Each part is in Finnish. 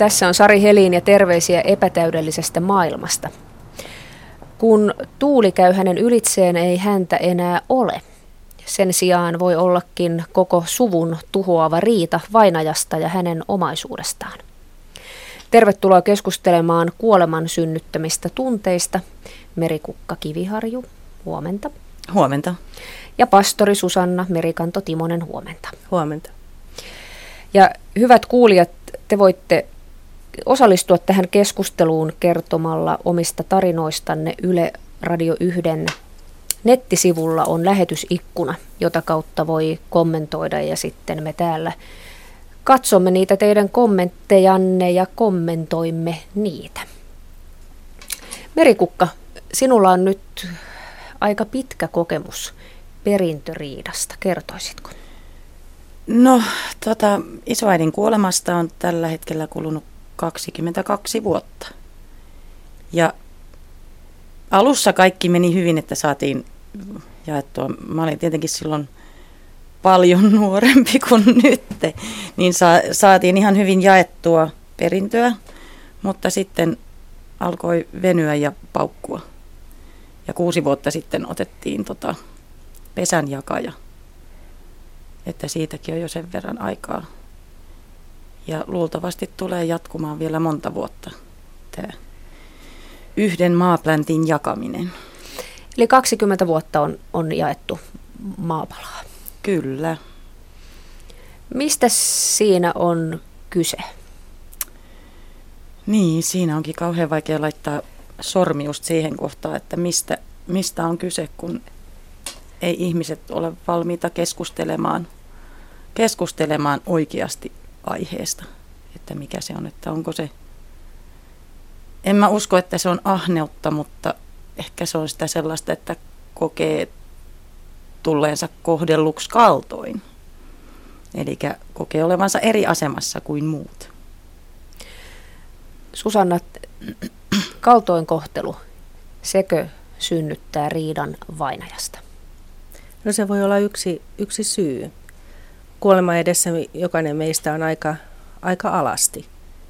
Tässä on Sari Helin ja terveisiä epätäydellisestä maailmasta. Kun tuuli käy hänen ylitseen, ei häntä enää ole. Sen sijaan voi ollakin koko suvun tuhoava riita vainajasta ja hänen omaisuudestaan. Tervetuloa keskustelemaan kuoleman synnyttämistä tunteista. Merikukka Kiviharju, huomenta. Huomenta. Ja pastori Susanna Merikanto-Timonen, huomenta. Huomenta. Ja hyvät kuulijat, te voitte osallistua tähän keskusteluun kertomalla omista tarinoistanne. Yle Radio 1 nettisivulla on lähetysikkuna, jota kautta voi kommentoida, ja sitten me täällä katsomme niitä teidän kommenttejanne ja kommentoimme niitä. Merikukka, sinulla on nyt aika pitkä kokemus perintöriidasta. Kertoisitko? No, isoäidin kuolemasta on tällä hetkellä kulunut 22 vuotta. Ja alussa kaikki meni hyvin, että saatiin jaettua. Mä olin tietenkin silloin paljon nuorempi kuin nyt, niin saatiin ihan hyvin jaettua perintöä, mutta sitten alkoi venyä ja paukkua. Ja 6 vuotta sitten otettiin pesänjakaja, että siitäkin on jo sen verran aikaa. Ja luultavasti tulee jatkumaan vielä monta vuotta tämä yhden maapläntin jakaminen. Eli 20 vuotta on jaettu maapalaa. Kyllä. Mistä siinä on kyse? Niin, siinä onkin kauhean vaikea laittaa sormi just siihen kohtaan, että mistä on kyse, kun ei ihmiset ole valmiita keskustelemaan oikeasti aiheesta, että mikä se on, että onko se, en mä usko, että se on ahneutta, mutta ehkä se on sitä sellaista, että kokee tulleensa kohdelluksi kaltoin, eli kokee olevansa eri asemassa kuin muut. Susanna, kaltoinkohtelu, sekö synnyttää riidan vainajasta? No se voi olla yksi syy. Kuoleman edessä jokainen meistä on aika alasti.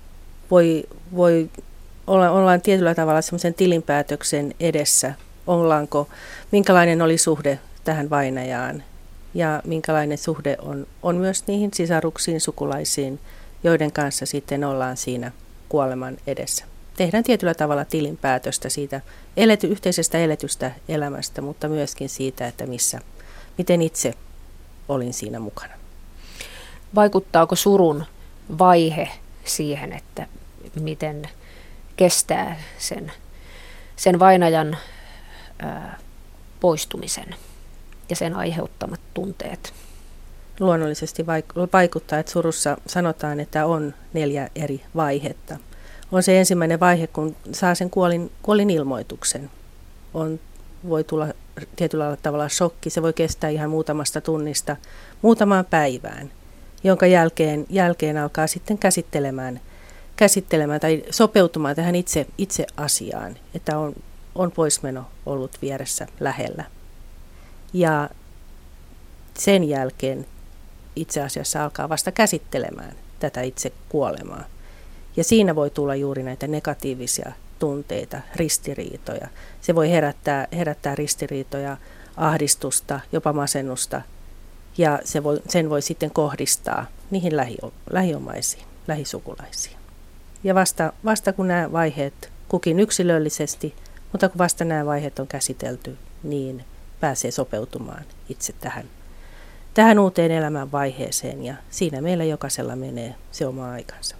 Ollaan tietyllä tavalla semmoisen tilinpäätöksen edessä. Minkälainen oli suhde tähän vainajaan ja minkälainen suhde on myös niihin sisaruksiin, sukulaisiin, joiden kanssa sitten ollaan siinä kuoleman edessä. Tehdään tietyllä tavalla tilinpäätöstä siitä yhteisestä eletystä elämästä, mutta myöskin siitä, että miten itse olin siinä mukana. Vaikuttaako surun vaihe siihen, että miten kestää sen vainajan poistumisen ja sen aiheuttamat tunteet? Luonnollisesti vaikuttaa, että surussa sanotaan, että on 4 eri vaihetta. On se ensimmäinen vaihe, kun saa sen kuolin ilmoituksen. Voi tulla tietyllä tavalla shokki, se voi kestää ihan muutamasta tunnista muutamaan päivään, jonka jälkeen alkaa sitten käsittelemään tai sopeutumaan tähän itse asiaan, että on poismeno ollut vieressä lähellä. Ja sen jälkeen itse asiassa alkaa vasta käsittelemään tätä itse kuolemaa. Ja siinä voi tulla juuri näitä negatiivisia tunteita, ristiriitoja. Se voi herättää ristiriitoja, ahdistusta, jopa masennusta. Ja sen voi sitten kohdistaa niihin lähiomaisiin, lähisukulaisiin. Ja vasta kun nämä vaiheet, kukin yksilöllisesti, mutta kun vasta nämä vaiheet on käsitelty, niin pääsee sopeutumaan itse tähän uuteen elämän vaiheeseen. Ja siinä meillä jokaisella menee se oma aikansa.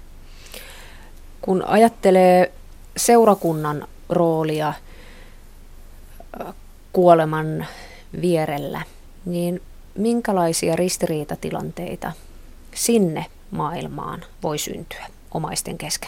Kun ajattelee seurakunnan roolia kuoleman vierellä, niin minkälaisia ristiriitatilanteita sinne maailmaan voi syntyä omaisten kesken?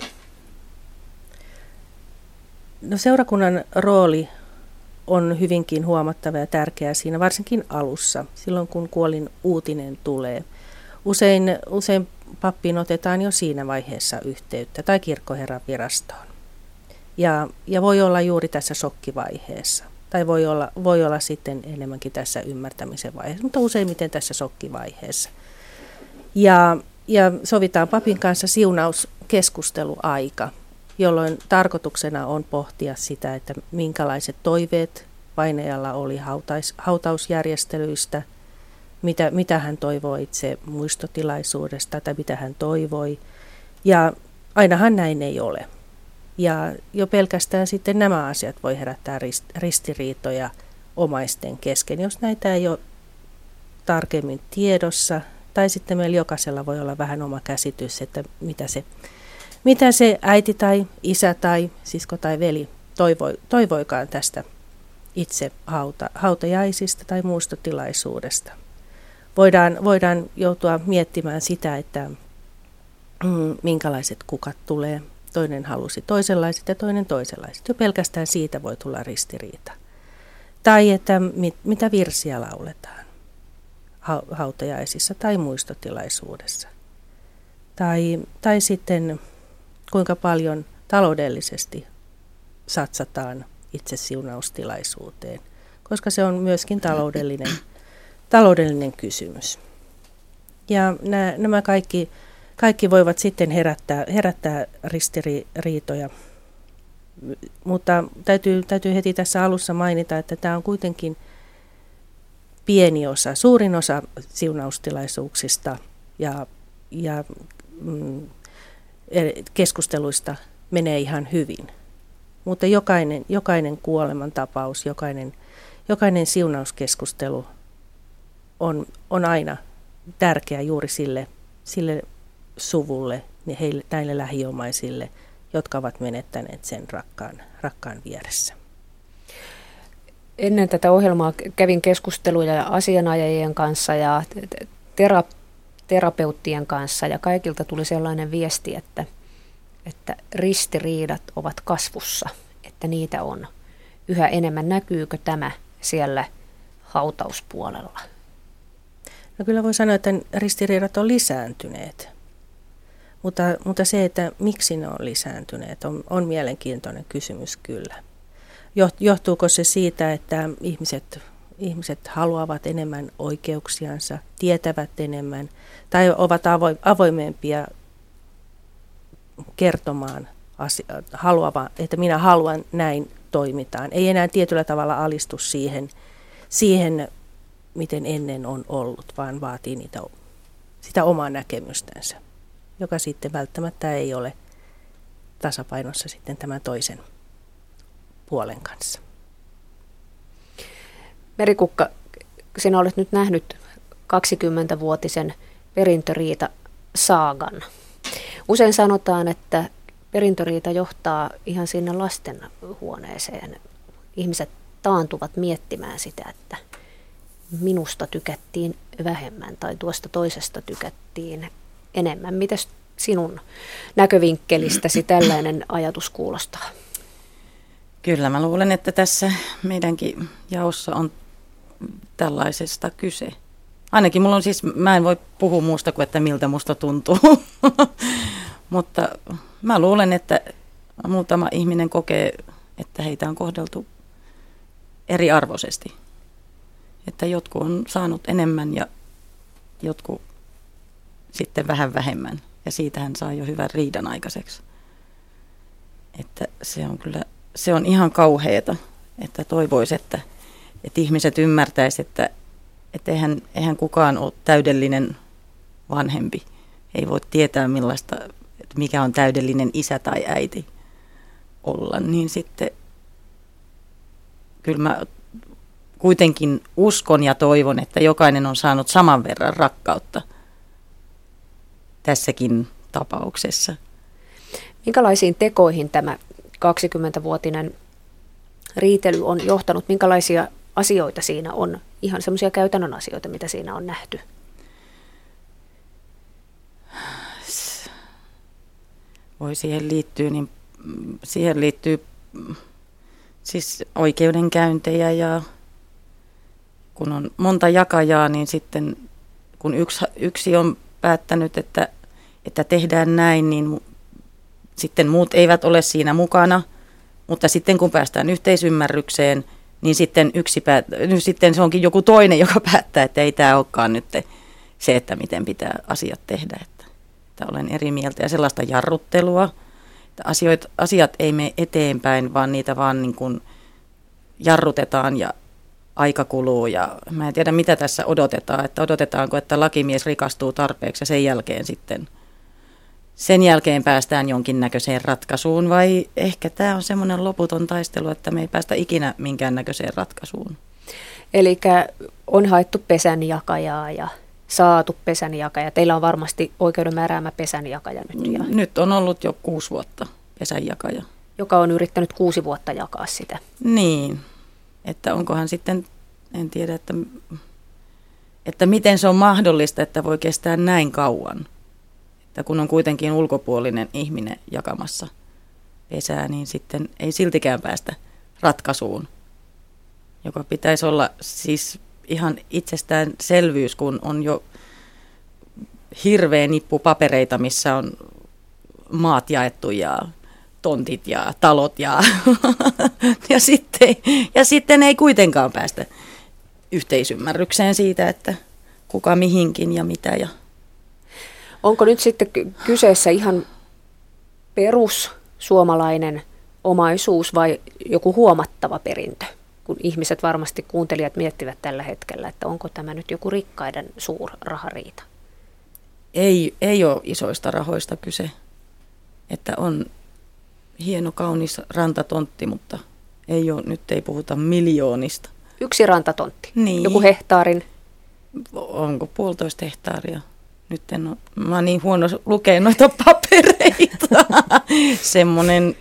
No, seurakunnan rooli on hyvinkin huomattava ja tärkeä siinä, varsinkin alussa, silloin kun kuolin uutinen tulee. Usein pappiin otetaan jo siinä vaiheessa yhteyttä tai kirkkoherran virastoon. Ja voi olla juuri tässä shokkivaiheessa. Tai voi olla sitten enemmänkin tässä ymmärtämisen vaiheessa, mutta useimmiten tässä shokkivaiheessa. Ja Ja sovitaan papin kanssa siunauskeskusteluaika, jolloin tarkoituksena on pohtia sitä, että minkälaiset toiveet vainajalla oli hautausjärjestelyistä, mitä hän toivoi itse muistotilaisuudesta tai mitä hän toivoi. Ja ainahan näin ei ole. Ja jo pelkästään sitten nämä asiat voi herättää ristiriitoja omaisten kesken, jos näitä ei ole tarkemmin tiedossa. Tai sitten meillä jokaisella voi olla vähän oma käsitys, että mitä se äiti tai isä tai sisko tai veli toivoikaan tästä itse hautajaisista tai muistotilaisuudesta. Voidaan joutua miettimään sitä, että minkälaiset kukat tulee. Toinen halusi toisenlaiset ja toinen toisenlaiset. Jo pelkästään siitä voi tulla ristiriita. Tai että mitä virsiä lauletaan hautajaisissa tai muistotilaisuudessa. Tai sitten kuinka paljon taloudellisesti satsataan itse siunaustilaisuuteen, koska se on myöskin taloudellinen kysymys. Ja nämä kaikki voivat sitten herättää ristiriitoja, mutta täytyy heti tässä alussa mainita, että tämä on kuitenkin pieni osa, suurin osa siunaustilaisuuksista ja keskusteluista menee ihan hyvin. Mutta jokainen kuolemantapaus, jokainen siunauskeskustelu on aina tärkeä juuri sille suvulle, näille lähiomaisille, jotka ovat menettäneet sen rakkaan vieressä. Ennen tätä ohjelmaa kävin keskusteluja asianajajien kanssa ja terapeuttien kanssa ja kaikilta tuli sellainen viesti, että ristiriidat ovat kasvussa, että niitä on yhä enemmän. Näkyykö tämä siellä hautauspuolella? No kyllä voi sanoa, että ristiriidat on lisääntyneet, mutta se, että miksi ne on lisääntyneet, on mielenkiintoinen kysymys kyllä. Johtuuko se siitä, että ihmiset haluavat enemmän oikeuksiansa, tietävät enemmän tai ovat avoimempia kertomaan, että minä haluan näin toimitaan. Ei enää tietyllä tavalla alistu siihen miten ennen on ollut, vaan vaatii sitä omaa näkemystänsä, joka sitten välttämättä ei ole tasapainossa sitten tämän toisen puolen kanssa. Merikukka, sinä olet nyt nähnyt 20-vuotisen perintöriita-saagan. Usein sanotaan, että perintöriita johtaa ihan sinne lastenhuoneeseen. Ihmiset taantuvat miettimään sitä, että minusta tykättiin vähemmän tai tuosta toisesta tykättiin enemmän. Mites sinun näkövinkkelistäsi tällainen ajatus kuulostaa? Kyllä mä luulen, että tässä meidänkin jaossa on tällaisesta kyse. Ainakin mulla on siis, mä en voi puhua muusta kuin, että miltä musta tuntuu. Mutta mä luulen, että muutama ihminen kokee, että heitä on kohdeltu eriarvoisesti. Että jotkut on saanut enemmän ja jotkut sitten vähän vähemmän. Ja siitä hän saa jo hyvän riidan aikaiseksi. Että se on ihan kauheata, että toivoisi, että ihmiset ymmärtäisi, että eihän kukaan ole täydellinen vanhempi. Ei voi tietää mikä on täydellinen isä tai äiti olla. Niin sitten kyllä mä kuitenkin uskon ja toivon, että jokainen on saanut saman verran rakkautta tässäkin tapauksessa. Minkälaisiin tekoihin tämä 20-vuotinen riitely on johtanut? Minkälaisia asioita siinä on? Ihan semmoisia käytännön asioita, mitä siinä on nähty. Siihen liittyy siis oikeudenkäyntejä ja kun on monta jakajaa, niin sitten kun yksi on päättänyt, että tehdään näin, niin sitten muut eivät ole siinä mukana, mutta sitten kun päästään yhteisymmärrykseen, niin sitten se onkin joku toinen, joka päättää, että ei tämä olekaan nyt se, että miten pitää asiat tehdä. että olen eri mieltä ja sellaista jarruttelua, että asiat ei mene eteenpäin, vaan niitä vaan niin kuin jarrutetaan ja aika kuluu ja mä en tiedä mitä tässä odotetaan, että odotetaanko, että lakimies rikastuu tarpeeksi ja sen jälkeen päästään jonkinnäköiseen ratkaisuun vai ehkä tämä on semmoinen loputon taistelu, että me ei päästä ikinä minkäännäköiseen ratkaisuun. Eli on haettu pesänjakajaa ja saatu pesänjakaja. Teillä on varmasti oikeuden määräämä pesänjakaja nyt. Ja nyt on ollut jo 6 vuotta pesänjakaja. Joka on yrittänyt 6 vuotta jakaa sitä. Niin, että onkohan sitten, en tiedä, että miten se on mahdollista, että voi kestää näin kauan. Että kun on kuitenkin ulkopuolinen ihminen jakamassa pesää, niin sitten ei siltikään päästä ratkaisuun, joka pitäisi olla siis ihan itsestäänselvyys, kun on jo hirveä nippu papereita, missä on maat jaettu ja tontit ja talot ja sitten ei kuitenkaan päästä yhteisymmärrykseen siitä, että kuka mihinkin ja mitä. Ja onko nyt sitten kyseessä ihan perussuomalainen omaisuus vai joku huomattava perintö? Kun ihmiset varmasti kuuntelijat miettivät tällä hetkellä, että onko tämä nyt joku rikkaiden suurrahariita? Ei ole isoista rahoista kyse. Että on hieno, kaunis rantatontti, mutta nyt ei puhuta miljoonista. Yksi rantatontti? Niin. Joku hehtaarin? Onko 1,5 hehtaaria? Nyt mä oon niin huono lukea noita papereita. Semmoinen.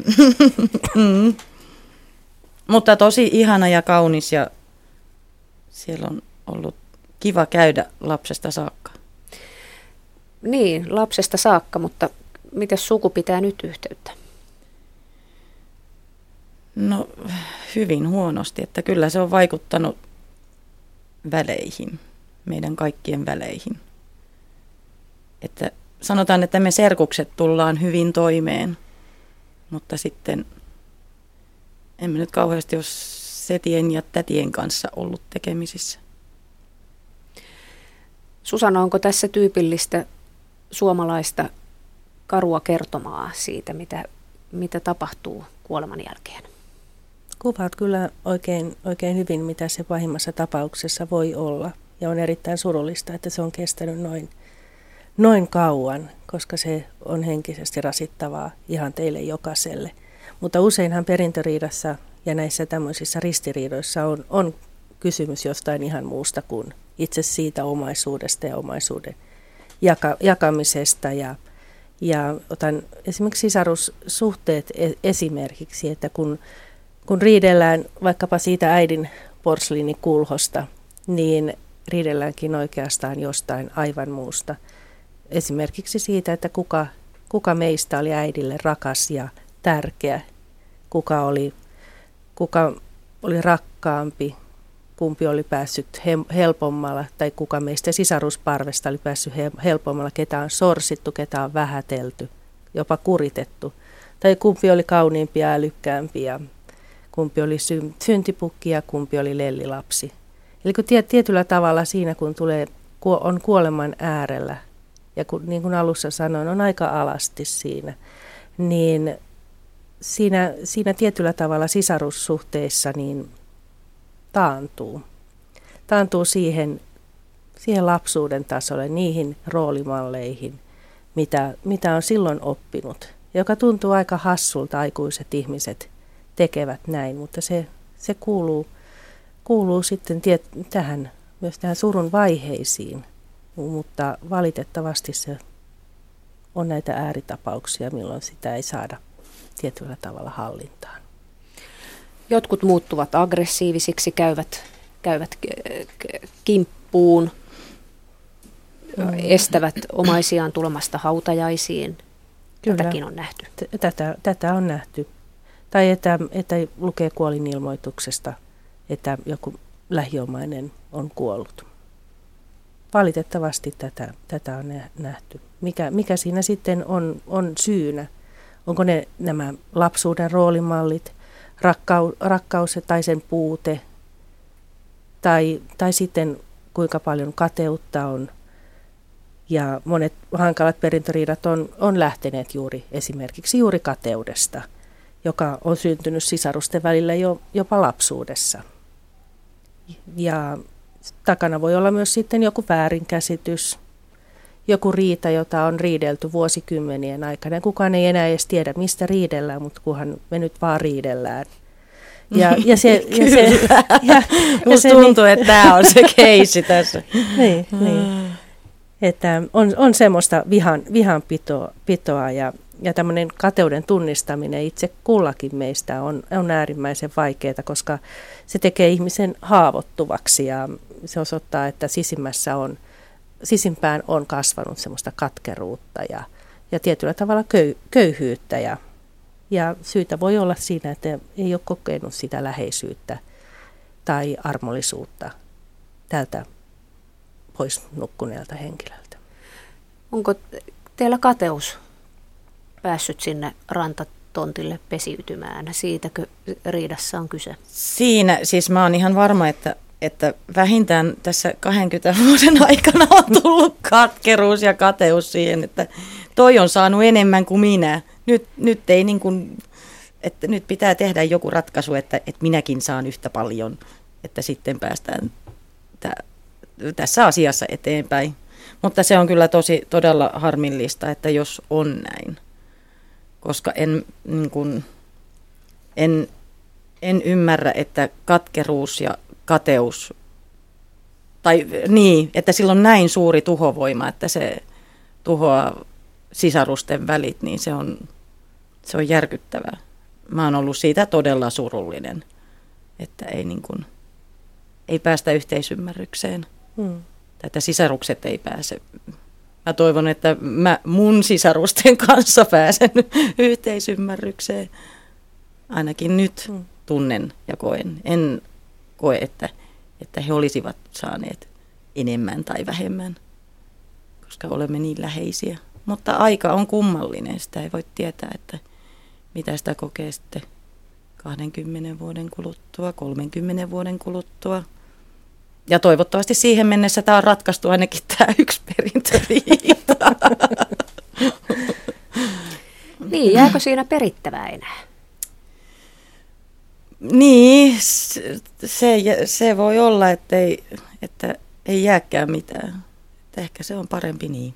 Mutta tosi ihana ja kaunis ja siellä on ollut kiva käydä lapsesta saakka. Niin, lapsesta saakka, mutta miten suku pitää nyt yhteyttä? No hyvin huonosti, että kyllä se on vaikuttanut väleihin, meidän kaikkien väleihin. Että sanotaan, että me serkukset tullaan hyvin toimeen, mutta sitten emme nyt kauheasti ole setien ja tätien kanssa ollut tekemisissä. Susanna, onko tässä tyypillistä suomalaista karua kertomaa siitä, mitä tapahtuu kuoleman jälkeen? Kuvaat kyllä oikein hyvin, mitä se pahimmassa tapauksessa voi olla. Ja on erittäin surullista, että se on kestänyt noin kauan, koska se on henkisesti rasittavaa ihan teille jokaiselle. Mutta useinhan perintöriidassa ja näissä tämmöisissä ristiriidoissa on kysymys jostain ihan muusta kuin itse siitä omaisuudesta ja omaisuuden jakamisesta. Ja otan esimerkiksi sisarussuhteet esimerkiksi, että kun riidellään vaikkapa siitä äidin porsliinikulhosta, niin riidelläänkin oikeastaan jostain aivan muusta. Esimerkiksi siitä, että kuka meistä oli äidille rakas ja tärkeä, kuka oli rakkaampi, kumpi oli päässyt helpommalla, tai kuka meistä sisarusparvesta oli päässyt helpommalla, ketä on sorsittu, ketä on vähätelty, jopa kuritettu, tai kumpi oli kauniimpi ja älykkäämpi, ja kumpi oli syntipukki ja kumpi oli lellilapsi. Eli kun tietyllä tavalla siinä, kun on kuoleman äärellä, ja niin kuin alussa sanoin, on aika alasti siinä, niin siinä tietyllä tavalla sisarussuhteissa niin taantuu siihen lapsuuden tasolle, niihin roolimalleihin, mitä on silloin oppinut, joka tuntuu aika hassulta, aikuiset ihmiset tekevät näin, mutta se kuuluu sitten myös tähän surun vaiheisiin, mutta valitettavasti se on näitä ääritapauksia, milloin sitä ei saada tietyllä tavalla hallintaan. Jotkut muuttuvat aggressiivisiksi, käyvät kimppuun, estävät omaisiaan tulemasta hautajaisiin. Kyllä. Tätäkin on nähty. Tätä on nähty. Tai että lukee kuolinilmoituksesta, että joku lähiomainen on kuollut. Valitettavasti tätä on nähty. Mikä siinä sitten on syynä? Onko ne nämä lapsuuden roolimallit, rakkaus tai sen puute, tai sitten kuinka paljon kateutta on Ja monet hankalat perintöriidat on lähteneet esimerkiksi juuri kateudesta, joka on syntynyt sisarusten välillä jopa lapsuudessa. Ja takana voi olla myös sitten joku väärinkäsitys, joku riita, jota on riidelty vuosikymmenien aikana. Kukaan ei enää edes tiedä, mistä riidellään, mutta kunhan me nyt vaan riidellään. Musta tuntuu, että tämä on se keissi tässä. Niin. Että on semmoista vihanpitoa ja tämmöinen kateuden tunnistaminen itse kullakin meistä on äärimmäisen vaikeaa, koska se tekee ihmisen haavoittuvaksi ja se osoittaa, että sisimpään on kasvanut semmoista katkeruutta ja tietyllä tavalla köyhyyttä ja syytä voi olla siinä, että ei ole kokenut sitä läheisyyttä tai armollisuutta tältä pois nukkuneelta henkilöltä. Onko teillä kateus päässyt sinne rantatontille pesiytymään? Siitäkö riidassa on kyse? Siinä, siis mä oon ihan varma, että vähintään tässä 20 vuoden aikana on tullut katkeruus ja kateus siihen, että toi on saanut enemmän kuin minä. Nyt ei niin kuin, että nyt pitää tehdä joku ratkaisu, että minäkin saan yhtä paljon, että sitten päästään tässä asiassa eteenpäin. Mutta se on kyllä todella harmillista, että jos on näin, koska en ymmärrä, että katkeruus ja kateus, tai niin, että sillä on näin suuri tuhovoima, että se tuhoaa sisarusten välit, niin se on järkyttävää. Mä oon ollut siitä todella surullinen, että ei päästä yhteisymmärrykseen. Että sisarukset ei pääse. Mä toivon, että mä mun sisarusten kanssa pääsen yhteisymmärrykseen. Ainakin nyt tunnen ja koen. En koe, että he olisivat saaneet enemmän tai vähemmän, koska olemme niin läheisiä. Mutta aika on kummallinen. Sitä ei voi tietää, että mitä sitä kokee sitten 20 vuoden kuluttua, 30 vuoden kuluttua. Ja toivottavasti siihen mennessä tämä on ratkaistu ainakin tämä yksi perintöriita. Niin, jääkö siinä perittävää enää? Niin, se voi olla, että ei jääkään mitään. Että ehkä se on parempi niin.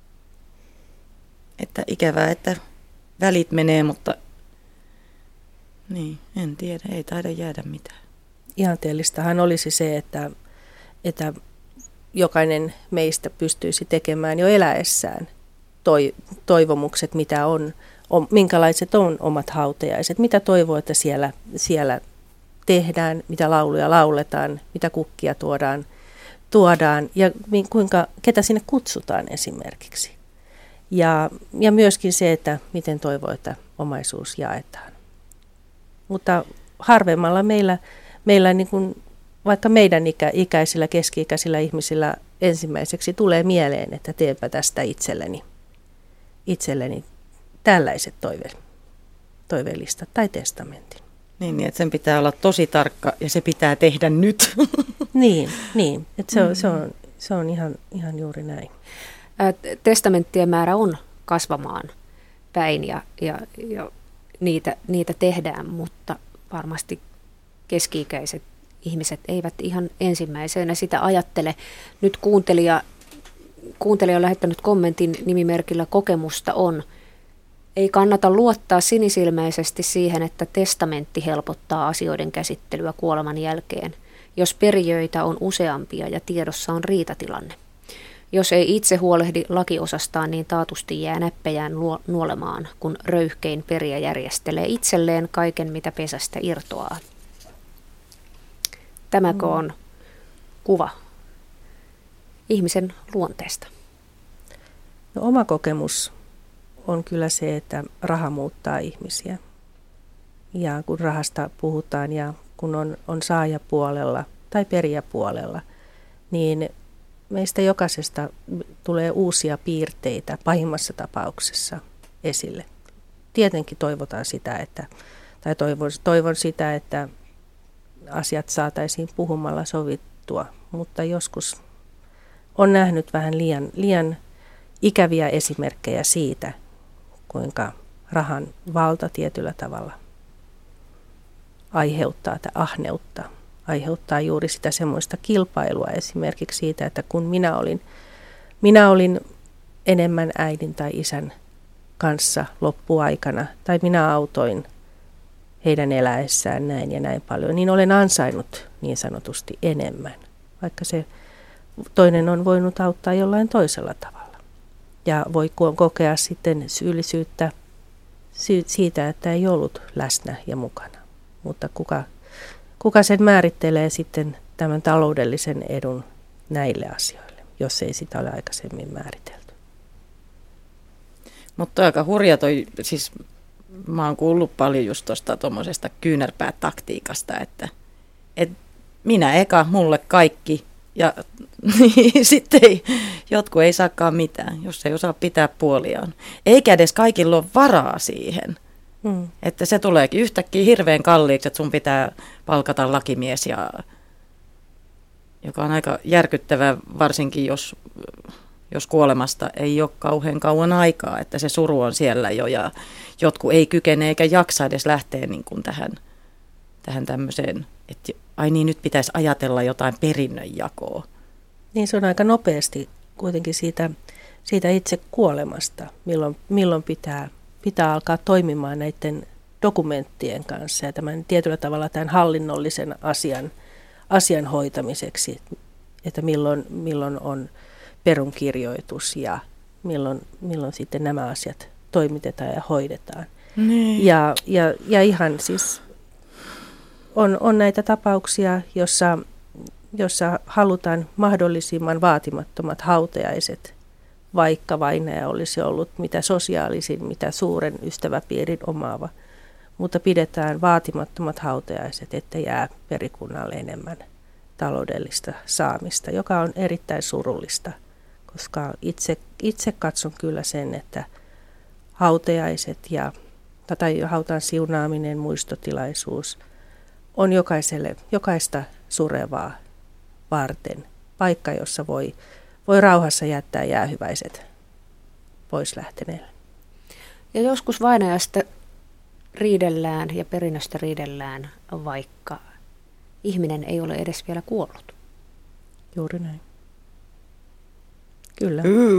Että ikävää, että välit menee, mutta niin, en tiedä, ei taida jäädä mitään. Ihanteellistahan olisi se, että jokainen meistä pystyisi tekemään jo eläessään toivomukset, mitä on, minkälaiset on omat hautajaiset, mitä toivoo, että siellä tehdään, mitä lauluja lauletaan, mitä kukkia tuodaan ja ketä sinne kutsutaan esimerkiksi. Ja myöskin se, että miten toivoo, että omaisuus jaetaan. Mutta harvemmalla meillä niin kuin, vaikka meidän ikäisillä, keski-ikäisillä ihmisillä ensimmäiseksi tulee mieleen, että teenpä tästä itselleni tällaiset toivelistat tai testamentin. Niin, että sen pitää olla tosi tarkka ja se pitää tehdä nyt. Niin, että se on ihan juuri näin. Testamenttien määrä on kasvamaan päin ja niitä tehdään, mutta varmasti keski-ikäiset ihmiset eivät ihan ensimmäisenä sitä ajattele. Nyt kuuntelija on lähettänyt kommentin nimimerkillä kokemusta on. Ei kannata luottaa sinisilmäisesti siihen, että testamentti helpottaa asioiden käsittelyä kuoleman jälkeen, jos perijöitä on useampia ja tiedossa on riitatilanne. Jos ei itse huolehdi lakiosastaan, niin taatusti jää näppejään nuolemaan, kun röyhkein perijä järjestelee itselleen kaiken, mitä pesästä irtoaa. Tämäkö on kuva ihmisen luonteesta? No, oma kokemus on kyllä se, että raha muuttaa ihmisiä. Ja kun rahasta puhutaan ja kun on saajapuolella tai perijäpuolella, niin meistä jokaisesta tulee uusia piirteitä pahimmassa tapauksessa esille. Tietenkin toivotaan sitä, toivon sitä, että asiat saataisiin puhumalla sovittua, mutta joskus on nähnyt vähän liian ikäviä esimerkkejä siitä, kuinka rahan valta tietyllä tavalla aiheuttaa tätä ahneutta, aiheuttaa juuri sitä semmoista kilpailua esimerkiksi siitä, että kun minä olin enemmän äidin tai isän kanssa loppuaikana, tai minä autoin heidän eläessään näin ja näin paljon, niin olen ansainnut niin sanotusti enemmän, vaikka se toinen on voinut auttaa jollain toisella tavalla. Ja voi kokea sitten syyllisyyttä siitä, että ei ollut läsnä ja mukana. Mutta kuka sen määrittelee sitten tämän taloudellisen edun näille asioille, jos ei sitä ole aikaisemmin määritelty? Mutta aika hurja siis mä oon kuullut paljon just tuosta tuommoisesta kyynärpäätaktiikasta, että minä eka, mulle kaikki ja sitten jotkut ei saakaan mitään, jos ei osaa pitää puoliaan. Eikä edes kaikilla ole varaa siihen, että se tuleekin yhtäkkiä hirveän kalliiksi, että sun pitää palkata lakimies, joka on aika järkyttävää varsinkin, jos kuolemasta ei ole kauhean kauan aikaa, että se suru on siellä jo ja jotkut ei kykene eikä jaksa edes lähteä niin kuin tähän tämmöiseen, että ai niin, nyt pitäisi ajatella jotain perinnönjakoa. Niin se on aika nopeasti kuitenkin siitä itse kuolemasta, milloin pitää alkaa toimimaan näiden dokumenttien kanssa ja tämän tietyllä tavalla tämän hallinnollisen asian hoitamiseksi, että milloin on perunkirjoitus ja milloin sitten nämä asiat toimitetaan ja hoidetaan. Niin. Ja ihan siis on näitä tapauksia, jossa halutaan mahdollisimman vaatimattomat hautajaiset, vaikka vainaja olisi ollut mitä sosiaalisin, mitä suuren ystäväpiirin omaava, mutta pidetään vaatimattomat hautajaiset, että jää perikunnalle enemmän taloudellista saamista, joka on erittäin surullista, koska itse katson kyllä sen, että hautajaiset tai hautaan siunaaminen, muistotilaisuus on jokaista surevaa varten paikka, jossa voi rauhassa jättää jäähyväiset pois lähteneelle. Ja joskus vainajasta riidellään ja perinnöstä riidellään, vaikka ihminen ei ole edes vielä kuollut. Juuri näin. Kyllä.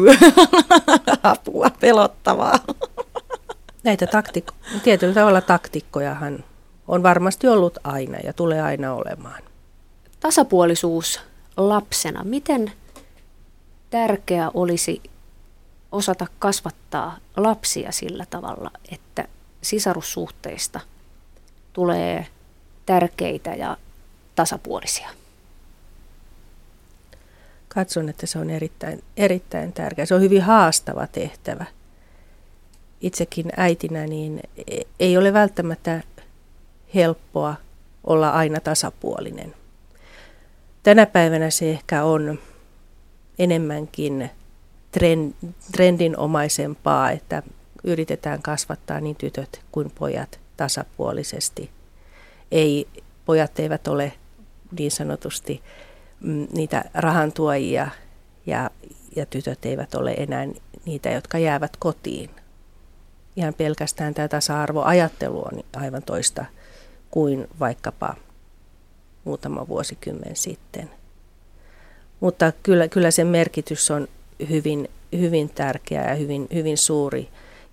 Apua, pelottavaa. Näitä tietyllä tavalla taktikkojahan on varmasti ollut aina ja tulee aina olemaan. Tasapuolisuus lapsena. Miten tärkeää olisi osata kasvattaa lapsia sillä tavalla, että sisarussuhteista tulee tärkeitä ja tasapuolisia? Katson, että se on erittäin tärkeä. Se on hyvin haastava tehtävä. Itsekin äitinä niin ei ole välttämättä helppoa olla aina tasapuolinen. Tänä päivänä se ehkä on enemmänkin trendinomaisempaa, että yritetään kasvattaa niin tytöt kuin pojat tasapuolisesti. Pojat eivät ole niin sanotusti niitä rahantuojia ja tytöt eivät ole enää niitä, jotka jäävät kotiin. Ihan pelkästään tämä tasa-arvoajattelu on aivan toista kuin vaikkapa muutama vuosikymmen sitten. Mutta kyllä sen merkitys on hyvin tärkeä ja hyvin suuri,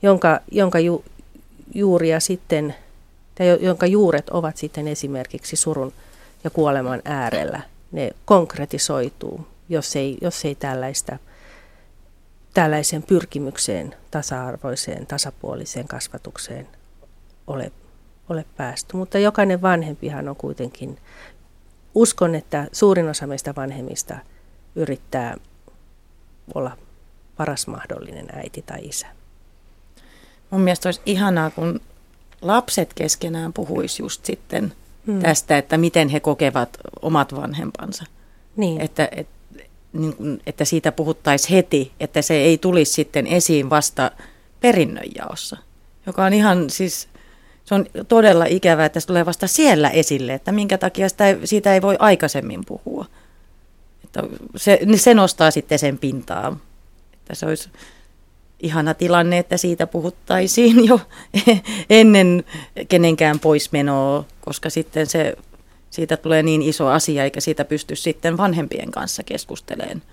jonka juuret ovat sitten esimerkiksi surun ja kuoleman äärellä. Ne konkretisoituu, jos ei tällaiseen pyrkimykseen, tasa-arvoiseen, tasapuoliseen kasvatukseen ole päästy. Mutta jokainen vanhempihan on kuitenkin, uskon, että suurin osa meistä vanhemmista yrittää olla paras mahdollinen äiti tai isä. Mun mielestä olisi ihanaa, kun lapset keskenään puhuisi just sitten tästä, että miten he kokevat omat vanhempansa. Niin. Että siitä puhuttaisiin heti, että se ei tulisi sitten esiin vasta perinnönjaossa, joka on ihan siis, se on todella ikävää, että se tulee vasta siellä esille, että minkä takia siitä ei voi aikaisemmin puhua. Että se nostaa sitten sen pintaa, Tässä olisi ihana tilanne, että siitä puhuttaisiin jo ennen kenenkään poismenoa, koska sitten siitä tulee niin iso asia, eikä siitä pysty sitten vanhempien kanssa keskustelemaan.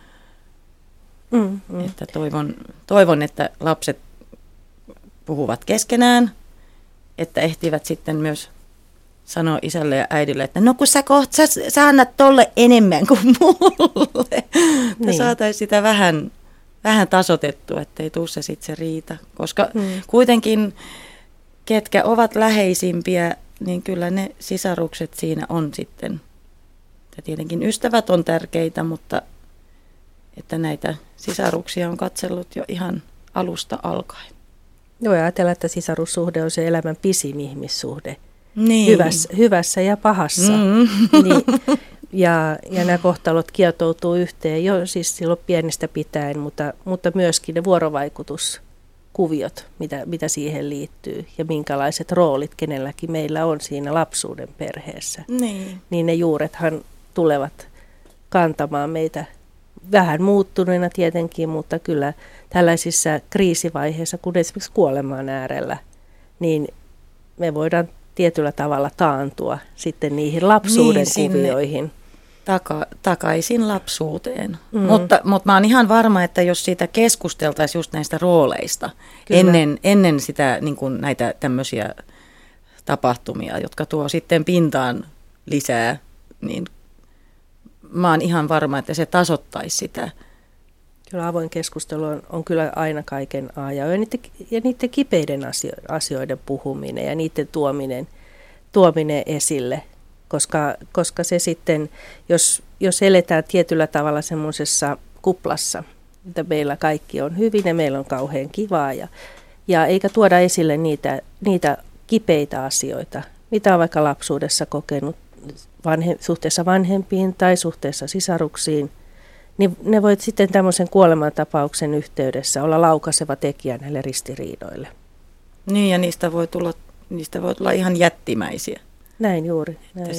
Että toivon, että lapset puhuvat keskenään, että ehtivät sitten myös sanoa isälle ja äidille, että no kun sä annat tolle enemmän kuin mulle. Niin. Saataisiin sitä vähän tasoitettua, ettei tule se sitten se riita. Koska kuitenkin, ketkä ovat läheisimpiä, niin kyllä ne sisarukset siinä on sitten. Ja tietenkin ystävät on tärkeitä, mutta että näitä sisaruksia on katsellut jo ihan alusta alkaen. Joo, ja ajatellaan, että sisarussuhde on se elämän pisin ihmissuhde. Niin. Hyvässä ja pahassa. Niin. Ja nämä kohtalot kietoutuu yhteen jo siis silloin pienestä pitäen, mutta myöskin ne vuorovaikutuskuviot, mitä siihen liittyy ja minkälaiset roolit kenelläkin meillä on siinä lapsuuden perheessä. Niin ne juurethan tulevat kantamaan meitä vähän muuttuneena tietenkin, mutta kyllä tällaisissa kriisivaiheissa, kun esimerkiksi kuoleman äärellä, niin me voidaan tietyllä tavalla taantua sitten niihin lapsuuden kuvioihin. Takaisin lapsuuteen. Mutta mä oon ihan varma, että jos siitä keskusteltaisiin just näistä rooleista ennen sitä, niin kuin näitä tämmöisiä tapahtumia, jotka tuo sitten pintaan lisää, niin mä oon ihan varma, että se tasoittaisi sitä. Kyllä avoin keskustelu on kyllä aina kaiken A ja niiden kipeiden asioiden puhuminen ja niiden tuominen esille, koska se sitten, jos eletään tietyllä tavalla semmoisessa kuplassa, että meillä kaikki on hyvin ja meillä on kauhean kivaa ja eikä tuoda esille niitä kipeitä asioita, mitä on vaikka lapsuudessa kokenut suhteessa vanhempiin tai suhteessa sisaruksiin, niin ne voit sitten tämmöisen kuolemantapauksen yhteydessä olla laukaiseva tekijä näille ristiriidoille. Niin, ja niistä voi tulla ihan jättimäisiä. Näin juuri.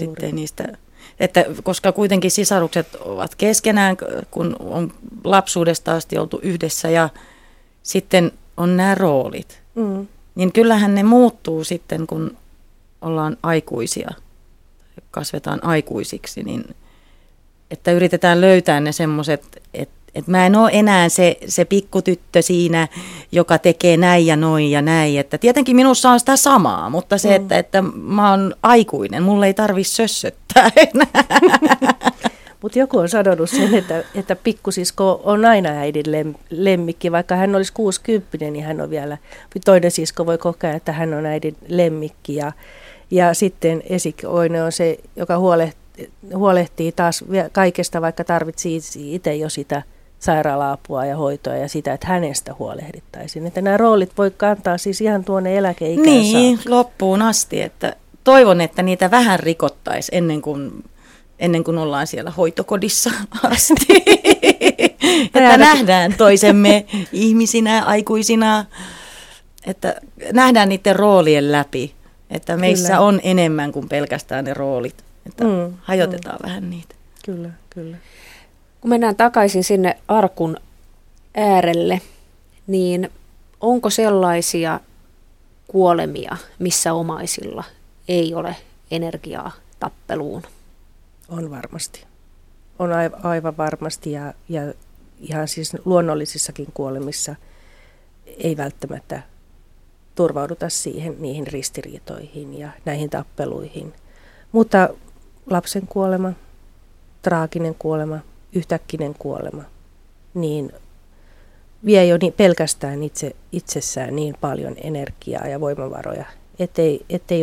Koska kuitenkin sisarukset ovat keskenään, kun on lapsuudesta asti oltu yhdessä ja sitten on nämä roolit. Niin kyllähän ne muuttuu sitten, kun ollaan aikuisia, kasvetaan aikuisiksi, niin että yritetään löytää ne semmoiset, että mä en ole enää se pikkutyttö siinä, joka tekee näin ja noin ja näin. Että tietenkin minussa on sitä samaa, mutta se, että mä oon aikuinen, mulle ei tarvitse sössöttää enää. Mutta joku on sanonut sen, että pikkusisko on aina äidin lemmikki, vaikka hän olisi 60, niin hän on vielä, toinen sisko voi kokea, että hän on äidin lemmikki ja sitten esikoinen on se, joka huolehtii taas kaikesta, vaikka tarvitsisi itse jo sitä sairaala-apua ja hoitoa ja sitä, että hänestä huolehdittaisiin. Että nämä roolit voi kantaa siis ihan tuonne eläkeikään niin, saakka. Loppuun asti. Että toivon, että niitä vähän rikottaisiin ennen kuin ollaan siellä hoitokodissa asti. Että nähdään toisemme ihmisinä, aikuisina, että nähdään niiden roolien läpi. Että meissä on enemmän kuin pelkästään ne roolit. Että hajotetaan vähän niitä. Kyllä. Kun mennään takaisin sinne arkun äärelle, niin onko sellaisia kuolemia, missä omaisilla ei ole energiaa tappeluun? On varmasti. On aivan varmasti ja ihan siis luonnollisissakin kuolemissa ei välttämättä turvauduta niihin ristiriitoihin ja näihin tappeluihin. Mutta lapsen kuolema, traaginen kuolema, yhtäkkinen kuolema, niin vie jo pelkästään itsessään niin paljon energiaa ja voimavaroja, ettei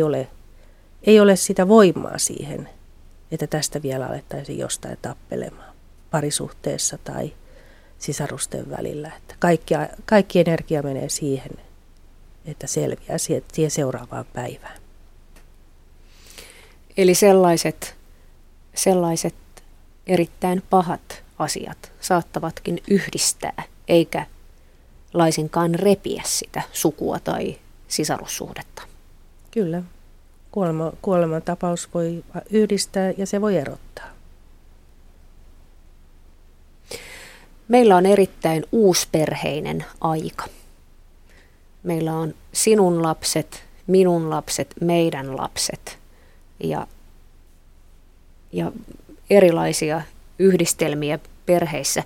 ole sitä voimaa siihen, että tästä vielä alettaisiin jostain tappelemaan parisuhteessa tai sisarusten välillä. Että kaikki energia menee siihen, että selviää siihen seuraavaan päivään. Eli sellaiset erittäin pahat asiat saattavatkin yhdistää, eikä laisinkaan repiä sitä sukua tai sisarussuhdetta. Kyllä. Kuoleman tapaus voi yhdistää ja se voi erottaa. Meillä on erittäin uusperheinen aika. Meillä on sinun lapset, minun lapset, meidän lapset ja erilaisia yhdistelmiä perheissä.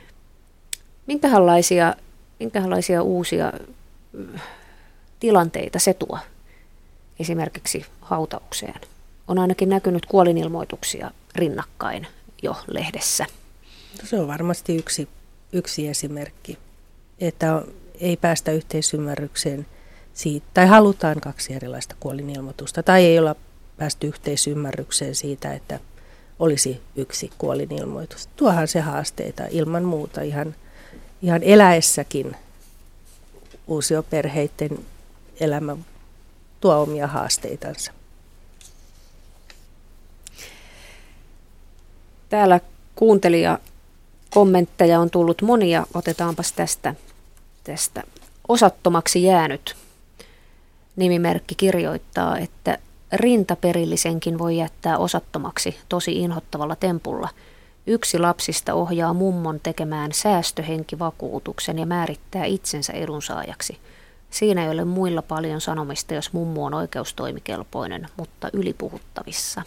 Minkälaisia uusia tilanteita se tuo esimerkiksi hautaukseen? On ainakin näkynyt kuolinilmoituksia rinnakkain jo lehdessä. Se on varmasti yksi esimerkki, että ei päästä yhteisymmärrykseen siitä, tai halutaan 2 erilaista kuolinilmoitusta, tai ei olla päästy yhteisymmärrykseen siitä, että olisi yksi kuolinilmoitus. Tuohan se haasteita ilman muuta ihan eläessäkin. Uusioperheiden elämä tuo omia haasteitansa. Täällä kuuntelijakommentteja on tullut monia. Otetaanpas tästä. Osattomaksi jäänyt nimimerkki kirjoittaa, että rintaperillisenkin voi jättää osattomaksi tosi inhottavalla tempulla. Yksi lapsista ohjaa mummon tekemään säästöhenkivakuutuksen ja määrittää itsensä edunsaajaksi. Siinä ei ole muilla paljon sanomista, jos mummo on oikeustoimikelpoinen, mutta ylipuhuttavissa.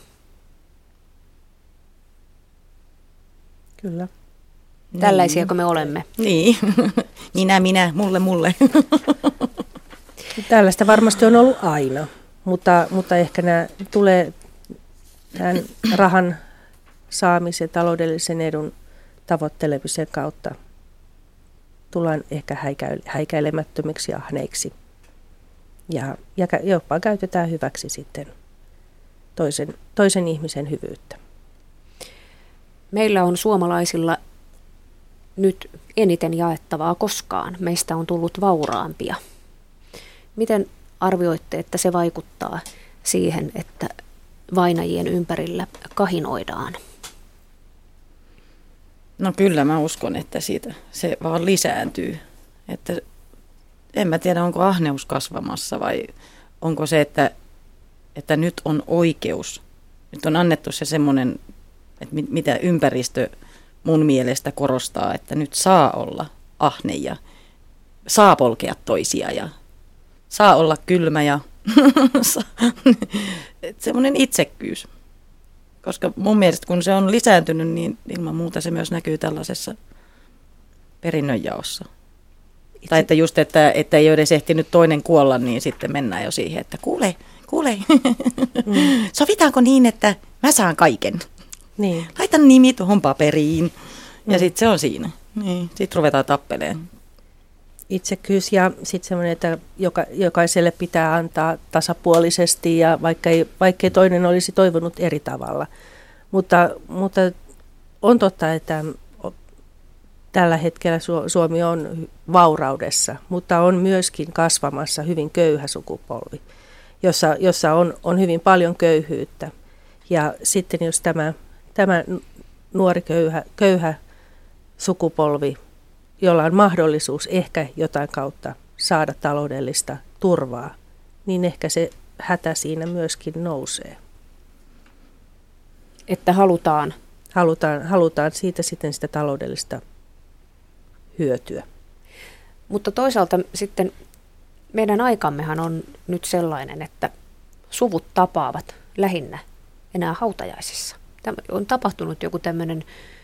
Kyllä. Tällaisiako me olemme? Niin. Minä, mulle. Tällaista varmasti on ollut aina, mutta ehkä nämä tulee tämän rahan saamisen, taloudellisen edun tavoittelemisen kautta tullaan ehkä häikäilemättömiksi ja ahneiksi. Ja jopa käytetään hyväksi sitten toisen ihmisen hyvyyttä. Meillä on suomalaisilla nyt eniten jaettavaa koskaan. Meistä on tullut vauraampia. Miten arvioitte, että se vaikuttaa siihen, että vainajien ympärillä kahinoidaan? No kyllä mä uskon, että siitä se vaan lisääntyy. Että en mä tiedä, onko ahneus kasvamassa vai onko se, että nyt on oikeus. Nyt on annettu se semmoinen, että mitä ympäristö mun mielestä korostaa, että nyt saa olla ahne ja saa polkea toisia ja saa olla kylmä ja semmoinen itsekkyys. Koska mun mielestä kun se on lisääntynyt, niin ilman muuta se myös näkyy tällaisessa perinnönjaossa. Tai että just, että ei ole edes ehtinyt toinen kuolla, niin sitten mennään jo siihen, että kuule, sovitaanko niin, että mä saan kaiken? Niin. Laitan nimi tuohon paperiin ja sitten se on siinä. Niin. Sitten ruvetaan tappeleen. Itsekkyys ja sitten semmoinen, että jokaiselle pitää antaa tasapuolisesti ja vaikkei toinen olisi toivonut eri tavalla. Mutta on totta, että tällä hetkellä Suomi on vauraudessa, mutta on myöskin kasvamassa hyvin köyhä sukupolvi, jossa on hyvin paljon köyhyyttä. Ja sitten jos tämä nuori köyhä sukupolvi, jolla on mahdollisuus ehkä jotain kautta saada taloudellista turvaa, niin ehkä se hätä siinä myöskin nousee. Että halutaan siitä sitten sitä taloudellista hyötyä. Mutta toisaalta sitten meidän aikammehan on nyt sellainen, että suvut tapaavat lähinnä enää hautajaisissa. On tapahtunut joku tämmöinen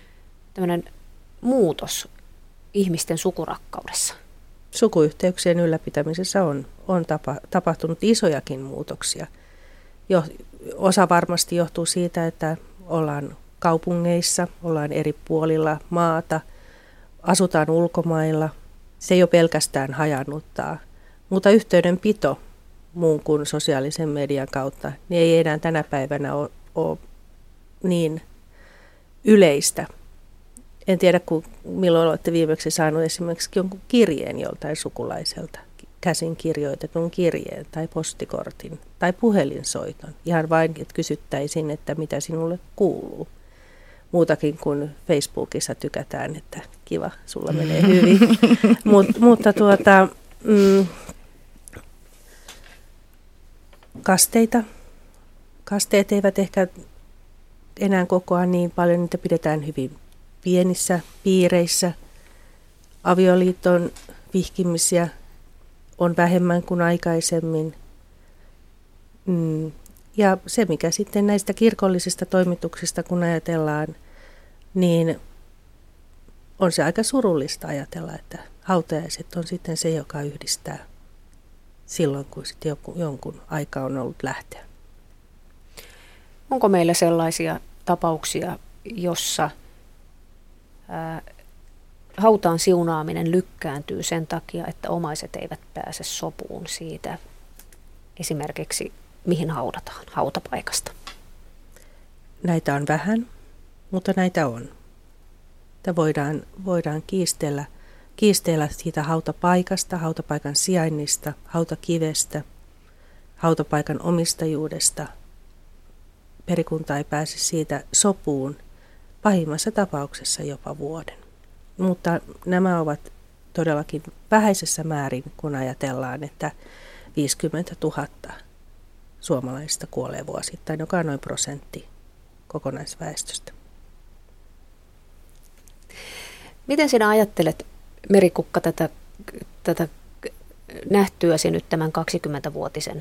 muutos ihmisten sukurakkaudessa. Sukuyhteyksien ylläpitämisessä on tapahtunut isojakin muutoksia. Osa varmasti johtuu siitä, että ollaan kaupungeissa, ollaan eri puolilla maata, asutaan ulkomailla. Se ei ole pelkästään hajannuttaa, mutta yhteydenpito muun kuin sosiaalisen median kautta niin ei enää tänä päivänä ole niin yleistä. En tiedä, milloin olette viimeksi saanut esimerkiksi jonkun kirjeen joltain sukulaiselta, käsin kirjoitetun kirjeen tai postikortin tai puhelinsoiton. Ihan vain, että kysyttäisiin, että mitä sinulle kuuluu. Muutakin kuin Facebookissa tykätään, että kiva, sulla menee hyvin. Mutta kasteet eivät ehkä enää kokoa niin paljon, niitä pidetään hyvin pienissä piireissä. Avioliiton vihkimisiä on vähemmän kuin aikaisemmin. Ja se, mikä sitten näistä kirkollisista toimituksista, kun ajatellaan, niin on se aika surullista ajatella, että hautajaiset on sitten se, joka yhdistää silloin, kun sitten jonkun aika on ollut lähteä. Onko meillä sellaisia tapauksia, jossa hautaan siunaaminen lykkääntyy sen takia, että omaiset eivät pääse sopuun siitä, esimerkiksi mihin haudataan hautapaikasta? Näitä on vähän, mutta näitä on. Voidaan kiistellä siitä hautapaikasta, hautapaikan sijainnista, hautakivestä, hautapaikan omistajuudesta. Perikunta ei pääse siitä sopuun, pahimmassa tapauksessa jopa vuoden. Mutta nämä ovat todellakin vähäisessä määrin, kun ajatellaan, että 50 000 suomalaisista kuolee vuosittain, joka on noin 1% kokonaisväestöstä. Miten sinä ajattelet, Merikukka, tätä nähtyäsi nyt tämän 20-vuotisen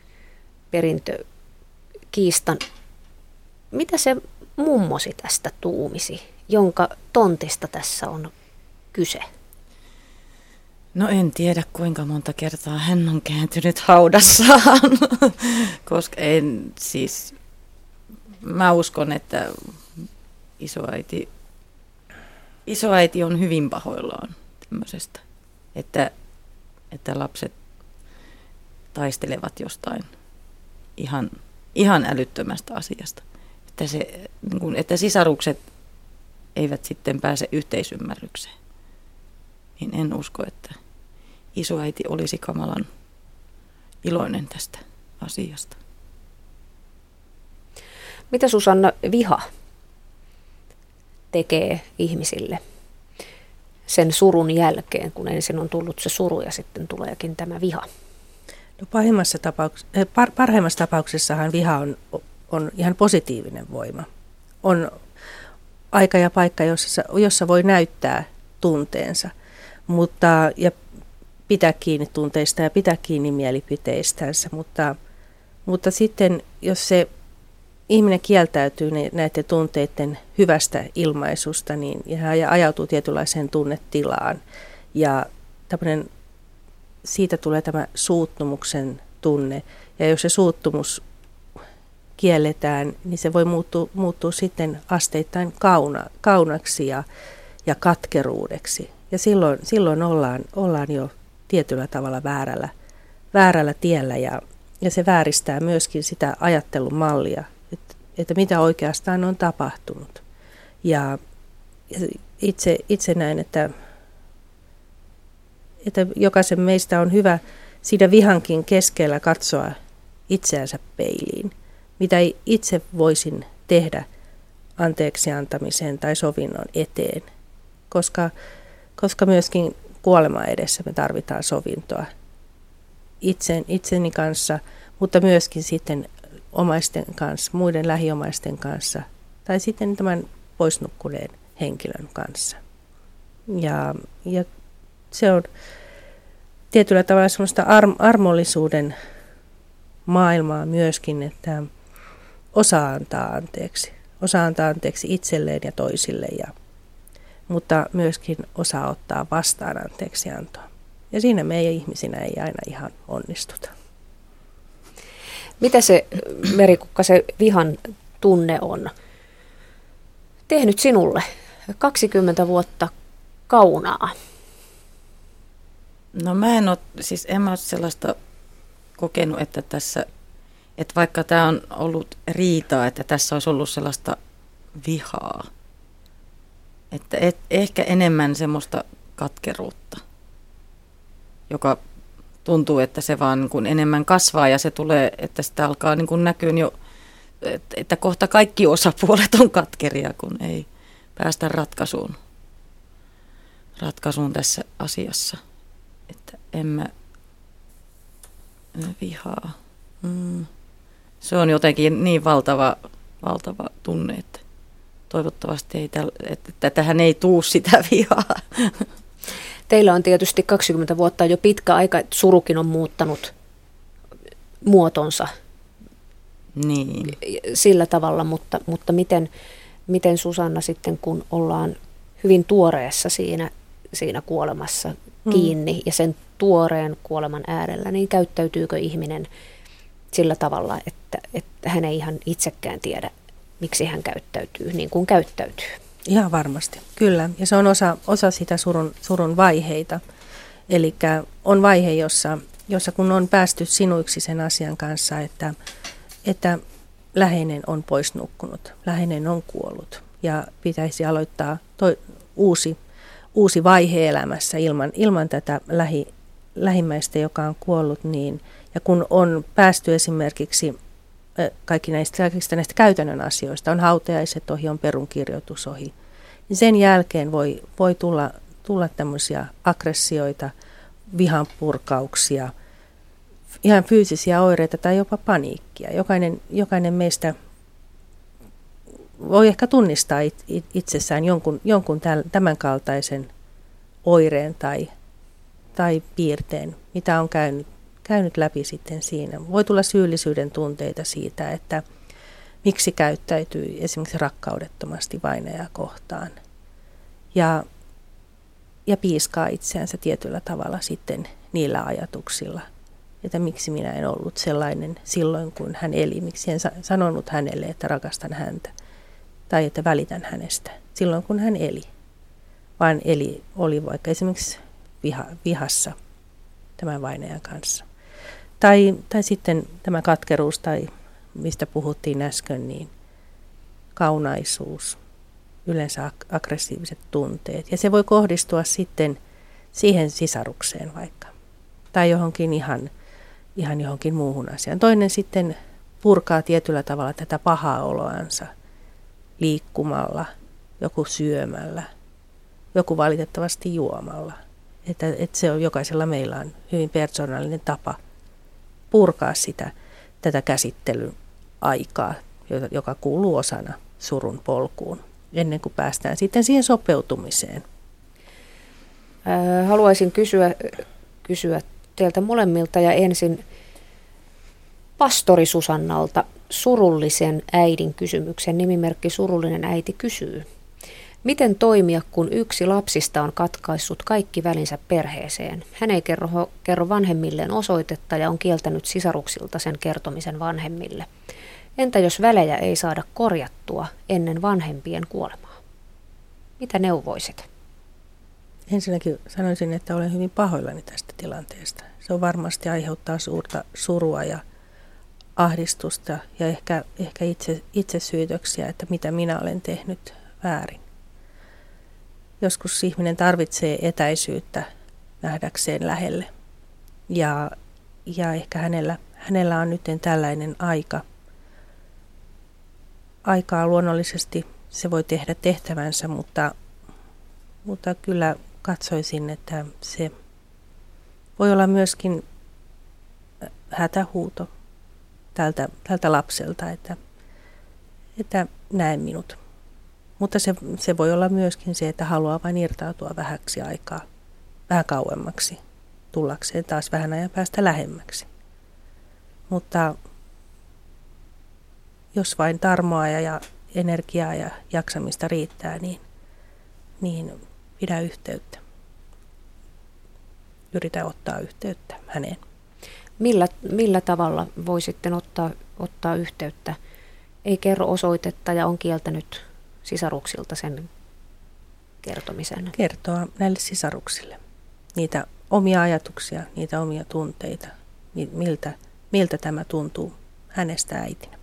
perintökiistan? Mitä se mummosi tästä tuumisi, jonka tontista tässä on kyse? No en tiedä, kuinka monta kertaa hän on kääntynyt haudassaan, koska mä uskon, että isoäiti on hyvin pahoillaan tämmöisestä, että lapset taistelevat jostain ihan älyttömästä asiasta. Että sisarukset eivät sitten pääse yhteisymmärrykseen. Niin en usko, että isoäiti olisi kamalan iloinen tästä asiasta. Mitä, Susanna, viha tekee ihmisille sen surun jälkeen, kun ensin on tullut se suru ja sitten tuleekin tämä viha? No parhaimmassa tapauksessahan viha on ihan positiivinen voima. On aika ja paikka, jossa voi näyttää tunteensa, ja pitää kiinni tunteista ja pitää kiinni mielipiteistänsä, mutta sitten jos se ihminen kieltäytyy näiden tunteiden hyvästä ilmaisusta, niin hän ajautuu tietynlaiseen tunnetilaan ja siitä tulee tämä suuttumuksen tunne. Ja jos se suuttumus kielletään, niin se voi muuttua sitten asteittain kaunaksi ja katkeruudeksi. Ja silloin ollaan jo tietyllä tavalla väärällä tiellä ja se vääristää myöskin sitä ajattelun mallia, että mitä oikeastaan on tapahtunut. Ja itse näen, että jokaisen meistä on hyvä siinä vihankin keskellä katsoa itseänsä peiliin. Mitä itse voisin tehdä anteeksi antamisen tai sovinnon eteen, koska myöskin kuoleman edessä me tarvitaan sovintoa itseni kanssa, mutta myöskin sitten omaisten kanssa, muiden lähiomaisten kanssa tai sitten tämän poisnukkuneen henkilön kanssa. Ja se on tietyllä tavalla semmoista armollisuuden maailmaa myöskin, että osaa antaa anteeksi itselleen ja toisille, mutta myöskin osaa ottaa vastaan anteeksiantoa. Ja siinä meidän ihmisinä ei aina ihan onnistuta. Mitä se, Merikukka, se vihan tunne on tehnyt sinulle 20 vuotta kaunaa? No en mä ole sellaista kokenut, että vaikka tämä on ollut riitaa, että tässä olisi ollut sellaista vihaa. Että ehkä enemmän semmoista katkeruutta, joka tuntuu, että se vaan niin kuin enemmän kasvaa ja se tulee, että sitä alkaa niin kuin näkyä jo, että kohta kaikki osapuolet on katkeria, kun ei päästä ratkaisuun tässä asiassa. Että en mä vihaa. Se on jotenkin niin valtava tunne, että toivottavasti että tähän ei tuu sitä vihaa. Teillä on tietysti 20 vuotta jo pitkä aika, surukin on muuttanut muotonsa Niin. sillä tavalla, mutta miten Susanna sitten, kun ollaan hyvin tuoreessa siinä kuolemassa kiinni ja sen tuoreen kuoleman äärellä, niin käyttäytyykö ihminen sillä tavalla, että hän ei ihan itsekään tiedä, miksi hän käyttäytyy niin kuin käyttäytyy? Ihan varmasti, kyllä. Ja se on osa sitä surun vaiheita. Eli on vaihe, jossa kun on päästy sinuiksi sen asian kanssa, että läheinen on pois nukkunut, läheinen on kuollut ja pitäisi aloittaa uusi vaihe elämässä ilman tätä lähimmäistä, joka on kuollut. Niin, ja kun on päästy esimerkiksi kaikista näistä käytännön asioista, on hautajaiset ohi, on perunkirjoitus ohi, niin sen jälkeen voi tulla tämmöisiä aggressioita, vihanpurkauksia, ihan fyysisiä oireita tai jopa paniikkia. Jokainen meistä voi ehkä tunnistaa itsessään jonkun tämän kaltaisen oireen tai piirteen, mitä on käynyt läpi sitten siinä. Voi tulla syyllisyyden tunteita siitä, että miksi käyttäytyy esimerkiksi rakkaudettomasti vainajaa kohtaan. Ja piiskaa itseänsä tietyllä tavalla sitten niillä ajatuksilla, että miksi minä en ollut sellainen silloin, kun hän eli. Miksi en sanonut hänelle, että rakastan häntä tai että välitän hänestä silloin, kun hän eli. Vaan oli vaikka esimerkiksi vihassa tämän vainajan kanssa. Tai sitten tämä katkeruus tai mistä puhuttiin äsken, niin kaunaisuus, yleensä aggressiiviset tunteet. Ja se voi kohdistua sitten siihen sisarukseen vaikka. Tai johonkin ihan johonkin muuhun asiaan. Toinen sitten purkaa tietyllä tavalla tätä pahaa oloansa liikkumalla, joku syömällä, joku valitettavasti juomalla. Että se on jokaisella meillä on hyvin persoonallinen tapa purkaa tätä käsittelyn aikaa, joka kuuluu osana surun polkuun, ennen kuin päästään sitten siihen sopeutumiseen. Haluaisin kysyä teiltä molemmilta ja ensin pastori Susannalta surullisen äidin kysymyksen. Nimimerkki Surullinen äiti kysyy. Miten toimia, kun yksi lapsista on katkaissut kaikki välinsä perheeseen? Hän ei kerro vanhemmilleen osoitetta ja on kieltänyt sisaruksilta sen kertomisen vanhemmille. Entä jos välejä ei saada korjattua ennen vanhempien kuolemaa? Mitä neuvoisit? Ensinnäkin sanoisin, että olen hyvin pahoillani tästä tilanteesta. Se on varmasti aiheuttaa suurta surua ja ahdistusta ja ehkä itsesyytöksiä, että mitä minä olen tehnyt väärin. Joskus ihminen tarvitsee etäisyyttä nähdäkseen lähelle ja ehkä hänellä on nyt tällainen aika. Aikaa luonnollisesti se voi tehdä tehtävänsä, mutta kyllä katsoisin, että se voi olla myöskin hätähuuto tältä lapselta, että näe minut. Mutta se voi olla myöskin se, että haluaa vain irtautua vähäksi aikaa, vähän kauemmaksi, tullakseen taas vähän ajan päästä lähemmäksi. Mutta jos vain tarmoa ja energiaa ja jaksamista riittää, niin pidä yhteyttä. Yritä ottaa yhteyttä häneen. Millä tavalla voi sitten ottaa yhteyttä? Ei kerro osoitetta ja on kieltänyt sisaruksilta sen kertomisen. Kertoa näille sisaruksille niitä omia ajatuksia, niitä omia tunteita, miltä tämä tuntuu hänestä äitinä.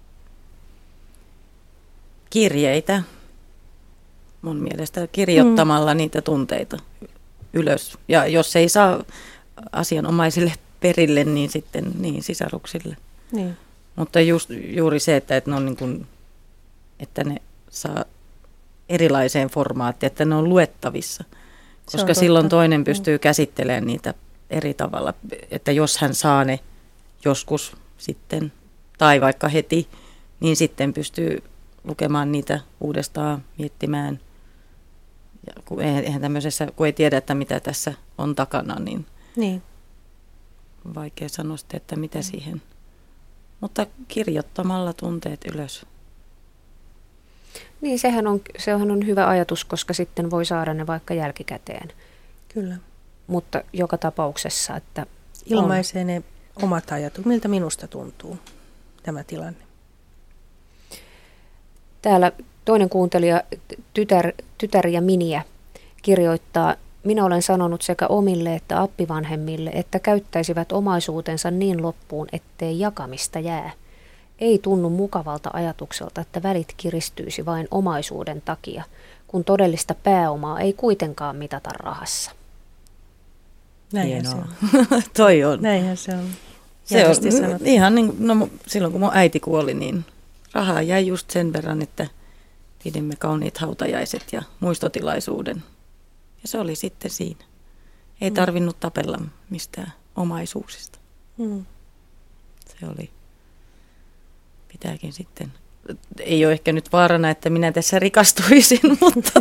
Kirjeitä. Mun mielestä kirjoittamalla niitä tunteita ylös. Ja jos ei saa asianomaisille perille, niin sitten sisaruksille. Niin. Mutta juuri se, että ne on niin kuin, että ne saa erilaiseen formaattiin, että ne on luettavissa. Koska silloin toinen pystyy käsittelemään niitä eri tavalla. Että jos hän saa ne joskus sitten, tai vaikka heti, niin sitten pystyy lukemaan niitä uudestaan, miettimään Ja eihän tämmöisessä, kun ei tiedä, että mitä tässä on takana, niin. Vaikea sanoa sitten, että mitä siihen. Mutta kirjoittamalla tunteet ylös. Niin, sehän on hyvä ajatus, koska sitten voi saada ne vaikka jälkikäteen. Kyllä. Mutta joka tapauksessa, että ilmaisee ne omat ajatukset. Miltä minusta tuntuu tämä tilanne? Täällä toinen kuuntelija, tytär ja Miniä, kirjoittaa: minä olen sanonut sekä omille että appivanhemmille, että käyttäisivät omaisuutensa niin loppuun, ettei jakamista jää. Ei tunnu mukavalta ajatukselta, että välit kiristyisi vain omaisuuden takia, kun todellista pääomaa ei kuitenkaan mitata rahassa. Näinhän se on. Toi on. Näinhän se on. Se on ihan niin, silloin kun mun äiti kuoli, niin rahaa jäi just sen verran, että pidimme kauniit hautajaiset ja muistotilaisuuden. Ja se oli sitten siinä. Ei tarvinnut tapella mistään omaisuuksista. Se oli. Pitääkin sitten. Ei ole ehkä nyt vaarana, että minä tässä rikastuisin, mutta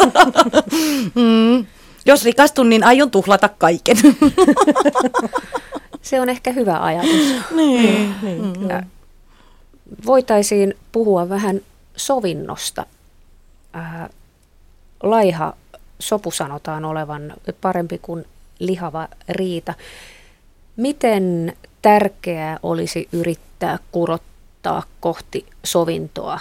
jos rikastun, niin aion tuhlata kaiken. Se on ehkä hyvä ajatus. Niin. Voitaisiin puhua vähän sovinnosta. Laiha sopu sanotaan olevan parempi kuin lihava riita. Miten tärkeää olisi yrittää kurottaa kohti sovintoa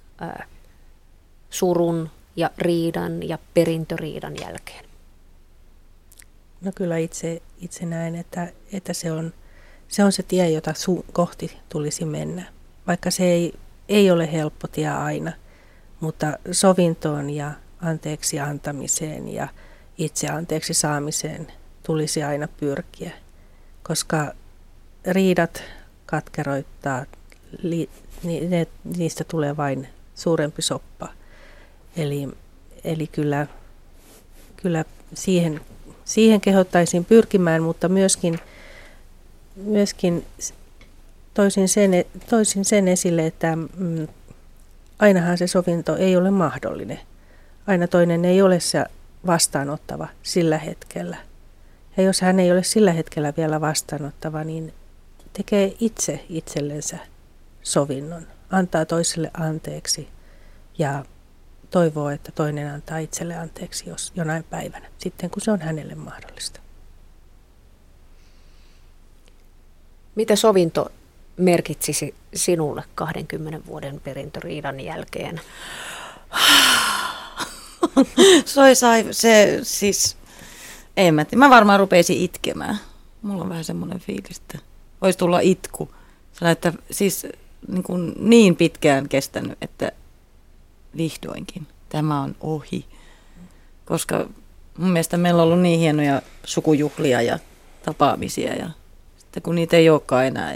surun ja riidan ja perintöriidan jälkeen? No kyllä itse näen, että se on se tie, jota kohti tulisi mennä. Vaikka se ei ole helppo tie aina, mutta sovintoon ja anteeksi antamiseen ja itse anteeksi saamiseen tulisi aina pyrkiä, koska riidat katkeroittaa, niistä tulee vain suurempi soppa. Eli kyllä siihen kehottaisin pyrkimään, mutta myöskin toisin sen esille, että ainahan se sovinto ei ole mahdollinen. Aina toinen ei ole se vastaanottava sillä hetkellä. Ja jos hän ei ole sillä hetkellä vielä vastaanottava, niin tekee itse itsellensä sovinnon. Antaa toiselle anteeksi ja toivoo, että toinen antaa itselle anteeksi jos jonain päivänä, sitten kun se on hänelle mahdollista. Mitä sovinto merkitsisi sinulle 20 vuoden perintöriidan jälkeen? Se siis, en mä varmaan rupeisin itkemään. Mulla on vähän semmoinen fiilis, että voisi tulla itku. Että siis niin pitkään kestänyt, että vihdoinkin tämä on ohi. Koska mun mielestä meillä on ollut niin hienoja sukujuhlia ja tapaamisia ja sitten kun niitä ei olekaan enää.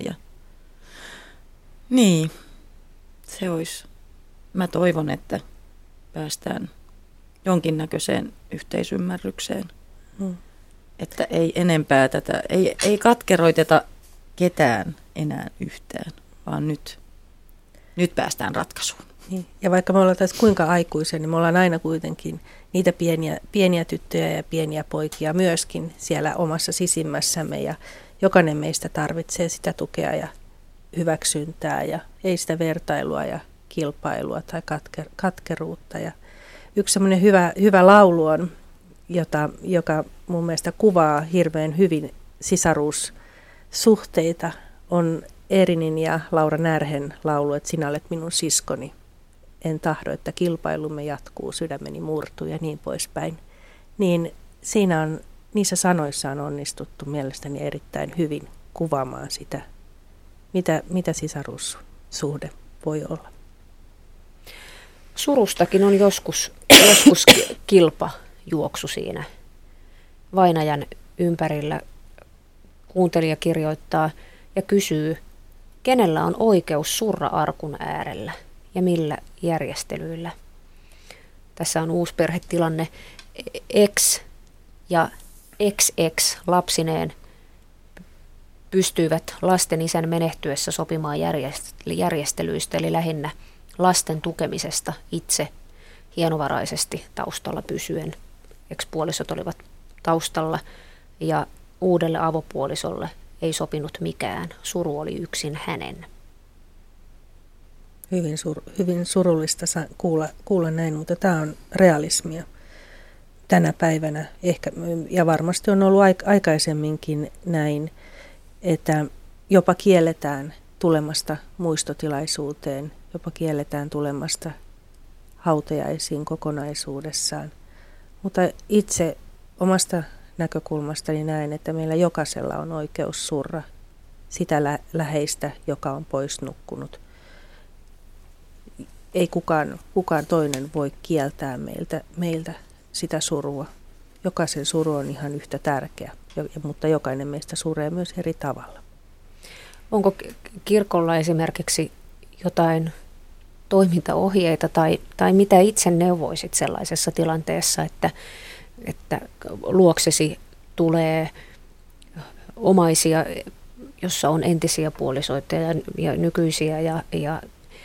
Niin, se olisi. Mä toivon, että päästään jonkinnäköiseen yhteisymmärrykseen. Että ei enempää ei katkeroiteta ketään enää yhtään, vaan nyt päästään ratkaisuun. Niin. Ja vaikka me ollaan tässä kuinka aikuisia, niin me ollaan aina kuitenkin niitä pieniä tyttöjä ja pieniä poikia myöskin siellä omassa sisimmässämme. Ja jokainen meistä tarvitsee sitä tukea ja hyväksyntää ja ei sitä vertailua ja kilpailua tai katkeruutta. Ja yksi semmoinen hyvä laulu on, joka mun mielestä kuvaa hirveän hyvin sisaruussuhteita, on Erinin ja Laura Närhen laulu, että sinä olet minun siskoni. En tahdo, että kilpailumme jatkuu, sydämeni murtuu ja niin poispäin. Niin niissä sanoissa on onnistuttu mielestäni erittäin hyvin kuvaamaan sitä, mitä sisaruussuhde voi olla. Surustakin on joskus kilpajuoksu siinä vainajan ympärillä. Kuuntelija kirjoittaa ja kysyy, kenellä on oikeus surra arkun äärellä ja millä järjestelyillä. Tässä on uusi perhetilanne. Ex ja ex lapsineen pystyivät lasten isän menehtyessä sopimaan järjestelyistä, eli lähinnä lasten tukemisesta itse hienovaraisesti taustalla pysyen. Ex-puolisot olivat taustalla ja uudelle avopuolisolle ei sopinut mikään. Suru oli yksin hänen. Hyvin surullista kuulla näin, mutta tämä on realismia tänä päivänä ehkä, ja varmasti on ollut aikaisemminkin näin, että jopa kielletään tulemasta muistotilaisuuteen, jopa kielletään tulemasta hautajaisiin kokonaisuudessaan. Mutta itse omasta näkökulmastani näen, että meillä jokaisella on oikeus surra sitä läheistä, joka on pois nukkunut. Ei kukaan toinen voi kieltää meiltä sitä surua. Jokaisen suru on ihan yhtä tärkeä, mutta jokainen meistä suree myös eri tavalla. Onko kirkolla esimerkiksi jotain toimintaohjeita tai mitä itse neuvoisit sellaisessa tilanteessa, että luoksesi tulee omaisia, jossa on entisiä puolisoita ja nykyisiä ja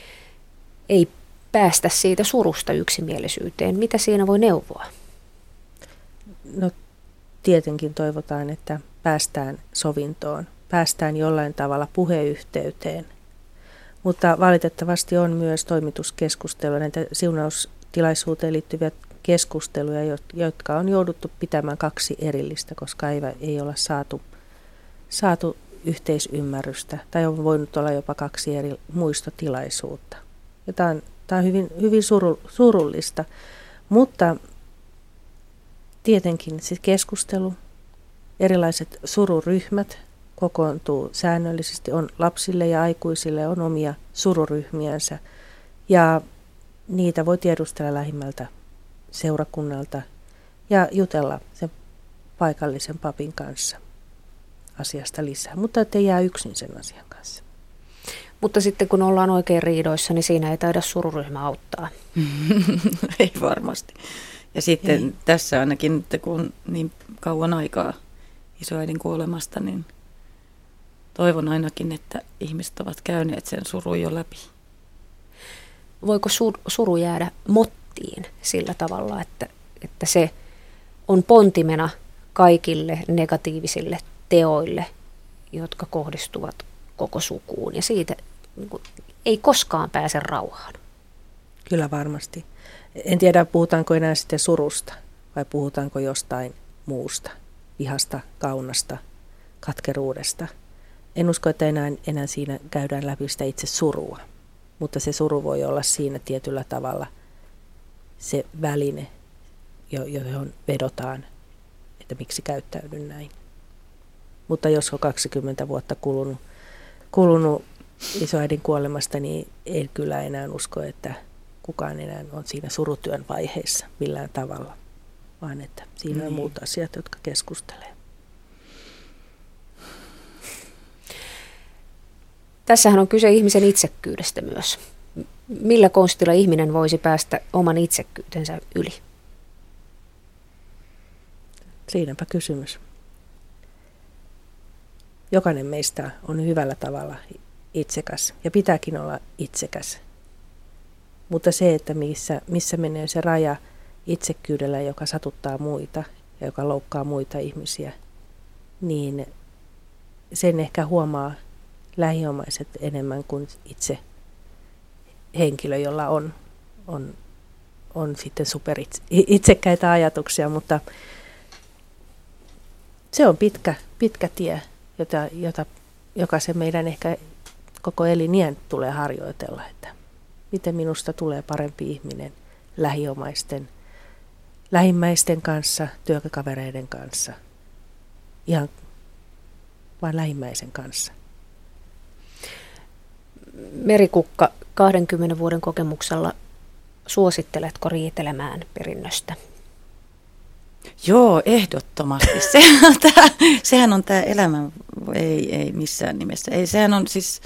ei päästä siitä surusta yksimielisyyteen. Mitä siinä voi neuvoa? No tietenkin toivotaan, että päästään sovintoon, päästään jollain tavalla puheyhteyteen. Mutta valitettavasti on myös toimituskeskustelua, näitä siunaustilaisuuteen liittyviä keskusteluja, jotka on jouduttu pitämään kaksi erillistä, koska ei olla saatu yhteisymmärrystä tai on voinut olla jopa kaksi eri muistotilaisuutta. Ja tämä on hyvin surullista, mutta tietenkin se keskustelu, erilaiset sururyhmät kokoontuu säännöllisesti, on lapsille ja aikuisille on omia sururyhmiänsä ja niitä voi tiedustella lähimmältä seurakunnalta ja jutella sen paikallisen papin kanssa asiasta lisää, mutta ettei jää yksin sen asian kanssa. Mutta sitten kun ollaan oikein riidoissa, niin siinä ei taida sururyhmä auttaa. Ei varmasti. Ja sitten tässä ainakin, että kun on niin kauan aikaa isoäidin kuolemasta, niin toivon ainakin, että ihmiset ovat käyneet sen surun jo läpi. Voiko suru jäädä mottiin sillä tavalla, että se on pontimena kaikille negatiivisille teoille, jotka kohdistuvat koko sukuun, ja siitä ei koskaan pääse rauhaan? Kyllä varmasti. En tiedä, puhutaanko enää sitten surusta vai puhutaanko jostain muusta, vihasta, kaunasta, katkeruudesta. En usko, että enää siinä käydään läpi sitä itse surua, mutta se suru voi olla siinä tietyllä tavalla se väline, johon vedotaan, että miksi käyttäydyn näin. Mutta jos on 20 vuotta kulunut isoäidin kuolemasta, niin ei kyllä enää usko, että kukaan enää on siinä surutyön vaiheessa millään tavalla, vaan että siinä on muut asiat, jotka keskustelee. Tässähän on kyse ihmisen itsekkyydestä myös. Millä konstilla ihminen voisi päästä oman itsekkyytensä yli? Siinäpä kysymys. Jokainen meistä on hyvällä tavalla itsekäs ja pitääkin olla itsekäs. Mutta se, että missä menee se raja itsekkyydellä, joka satuttaa muita ja joka loukkaa muita ihmisiä, niin sen ehkä huomaa lähiomaiset enemmän kuin itse henkilö, jolla on sitten itsekkäitä ajatuksia, mutta se on pitkä tie, joka se meidän ehkä koko elinien tulee harjoitella, että miten minusta tulee parempi ihminen lähimmäisten kanssa, työkavereiden kanssa, ihan vain lähimmäisen kanssa. Merikukka, 20 vuoden kokemuksella suositteletko riitelemään perinnöstä? Joo, ehdottomasti. Sehän on tämä elämän, ei missään nimessä. Ei, sehän on siis,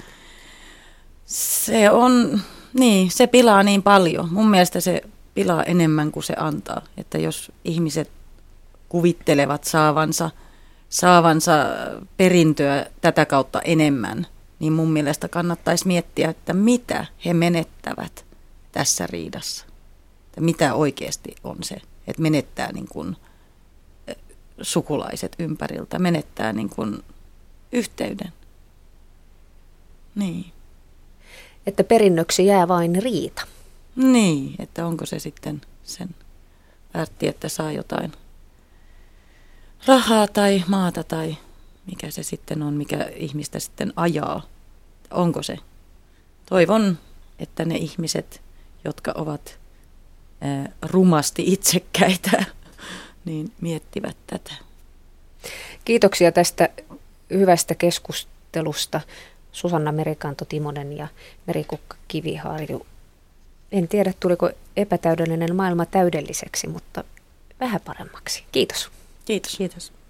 se pilaa niin paljon. Mun mielestä se pilaa enemmän kuin se antaa. Että jos ihmiset kuvittelevat saavansa perintöä tätä kautta enemmän, niin mun mielestä kannattaisi miettiä, että mitä he menettävät tässä riidassa. että mitä oikeasti on se, että menettää niin kuin sukulaiset ympäriltä, menettää niin kuin yhteyden. Niin. Että perinnöksi jää vain riita. Niin, että onko se sitten sen väärti, että saa jotain rahaa tai maata tai mikä se sitten on, mikä ihmistä sitten ajaa. Onko se? Toivon, että ne ihmiset, jotka ovat rumasti itsekkäitä, niin miettivät tätä. Kiitoksia tästä hyvästä keskustelusta Susanna Merikanto-Timonen ja Merikukka Kiviharju. En tiedä, tuliko epätäydellinen maailma täydelliseksi, mutta vähän paremmaksi. Kiitos. Kiitos. Kiitos.